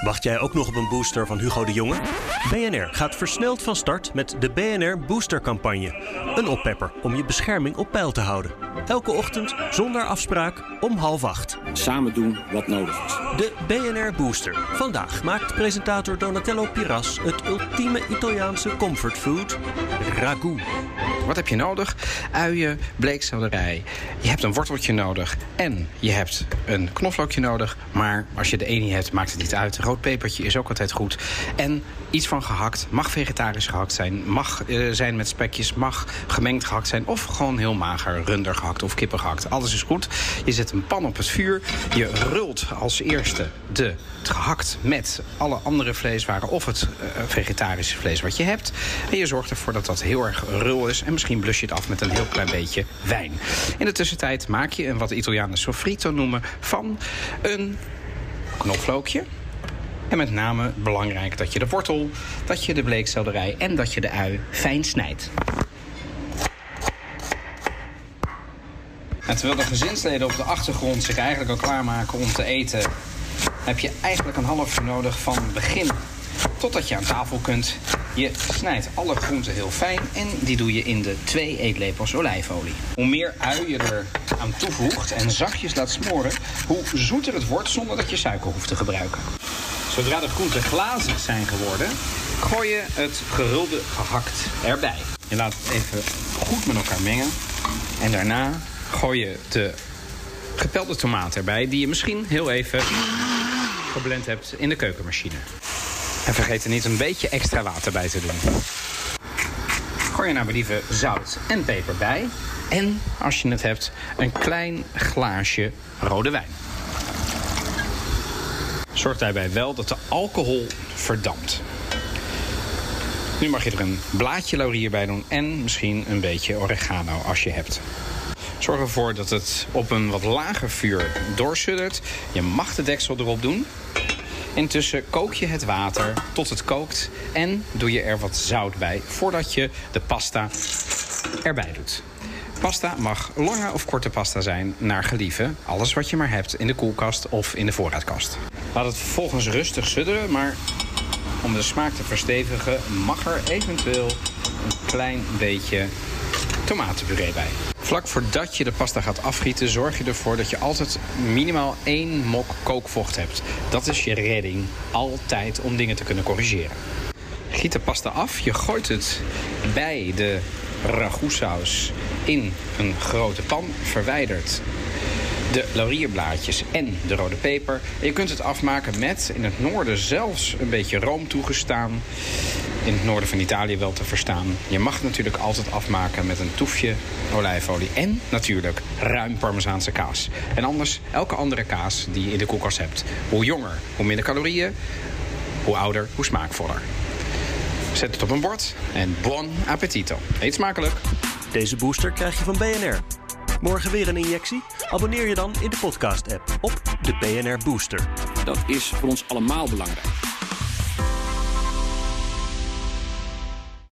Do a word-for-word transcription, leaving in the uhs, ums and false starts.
Wacht jij ook nog op een booster van Hugo de Jonge? B N R gaat versneld van start met de B N R Boostercampagne. Een oppepper om je bescherming op peil te houden. Elke ochtend, zonder afspraak, om half acht. Samen doen wat nodig is. De B N R Booster. Vandaag maakt presentator Donatello Piras het ultieme Italiaanse comfortfood, ragout. Wat heb je nodig? Uien, bleekselderij. Je hebt een worteltje nodig en je hebt een knoflookje nodig. Maar als je de ene niet hebt, maakt het niet uit. Rood pepertje is ook altijd goed. En iets van gehakt. Mag vegetarisch gehakt zijn. Mag uh, zijn met spekjes. Mag gemengd gehakt zijn. Of gewoon heel mager runder gehakt of kippen gehakt. Alles is goed. Je zet een pan op het vuur. Je rult als eerste de, het gehakt met alle andere vleeswaren. Of het uh, vegetarische vlees wat je hebt. En je zorgt ervoor dat dat heel erg rul is. En misschien blus je het af met een heel klein beetje wijn. In de tussentijd maak je een wat de Italianen sofrito noemen van een knoflookje. En met name belangrijk dat je de wortel, dat je de bleekselderij en dat je de ui fijn snijdt. En terwijl de gezinsleden op de achtergrond zich eigenlijk al klaarmaken om te eten, heb je eigenlijk een half uur nodig van begin totdat je aan tafel kunt. Je snijdt alle groenten heel fijn en die doe je in de twee eetlepels olijfolie. Hoe meer ui je er aan toevoegt en zachtjes laat smoren, hoe zoeter het wordt zonder dat je suiker hoeft te gebruiken. Zodra de groenten glazig zijn geworden, gooi je het gerulde gehakt erbij. Je laat het even goed met elkaar mengen en daarna gooi je de gepelde tomaat erbij die je misschien heel even geblend hebt in de keukenmachine. En vergeet er niet een beetje extra water bij te doen. Gooi je naar believen zout en peper bij. En, als je het hebt, een klein glaasje rode wijn. Zorg daarbij wel dat de alcohol verdampt. Nu mag je er een blaadje laurier bij doen en misschien een beetje oregano als je hebt. Zorg ervoor dat het op een wat lager vuur doorsuddert. Je mag de deksel erop doen. Intussen kook je het water tot het kookt en doe je er wat zout bij voordat je de pasta erbij doet. Pasta mag lange of korte pasta zijn, naar gelieven. Alles wat je maar hebt in de koelkast of in de voorraadkast. Laat het vervolgens rustig sudderen, maar om de smaak te verstevigen mag er eventueel een klein beetje tomatenpuree bij. Vlak voordat je de pasta gaat afgieten, zorg je ervoor dat je altijd minimaal één mok kookvocht hebt. Dat is je redding, altijd om dingen te kunnen corrigeren. Giet de pasta af, je gooit het bij de ragoutsaus in een grote pan, verwijdert de laurierblaadjes en de rode peper. En je kunt het afmaken met in het noorden zelfs een beetje room toegestaan. In het noorden van Italië wel te verstaan. Je mag het natuurlijk altijd afmaken met een toefje olijfolie. En natuurlijk ruim Parmezaanse kaas. En anders elke andere kaas die je in de koelkast hebt. Hoe jonger, hoe minder calorieën. Hoe ouder, hoe smaakvoller. Zet het op een bord en buon appetito. Eet smakelijk. Deze booster krijg je van B N R. Morgen weer een injectie? Abonneer je dan in de podcast-app op de B N R Booster. Dat is voor ons allemaal belangrijk.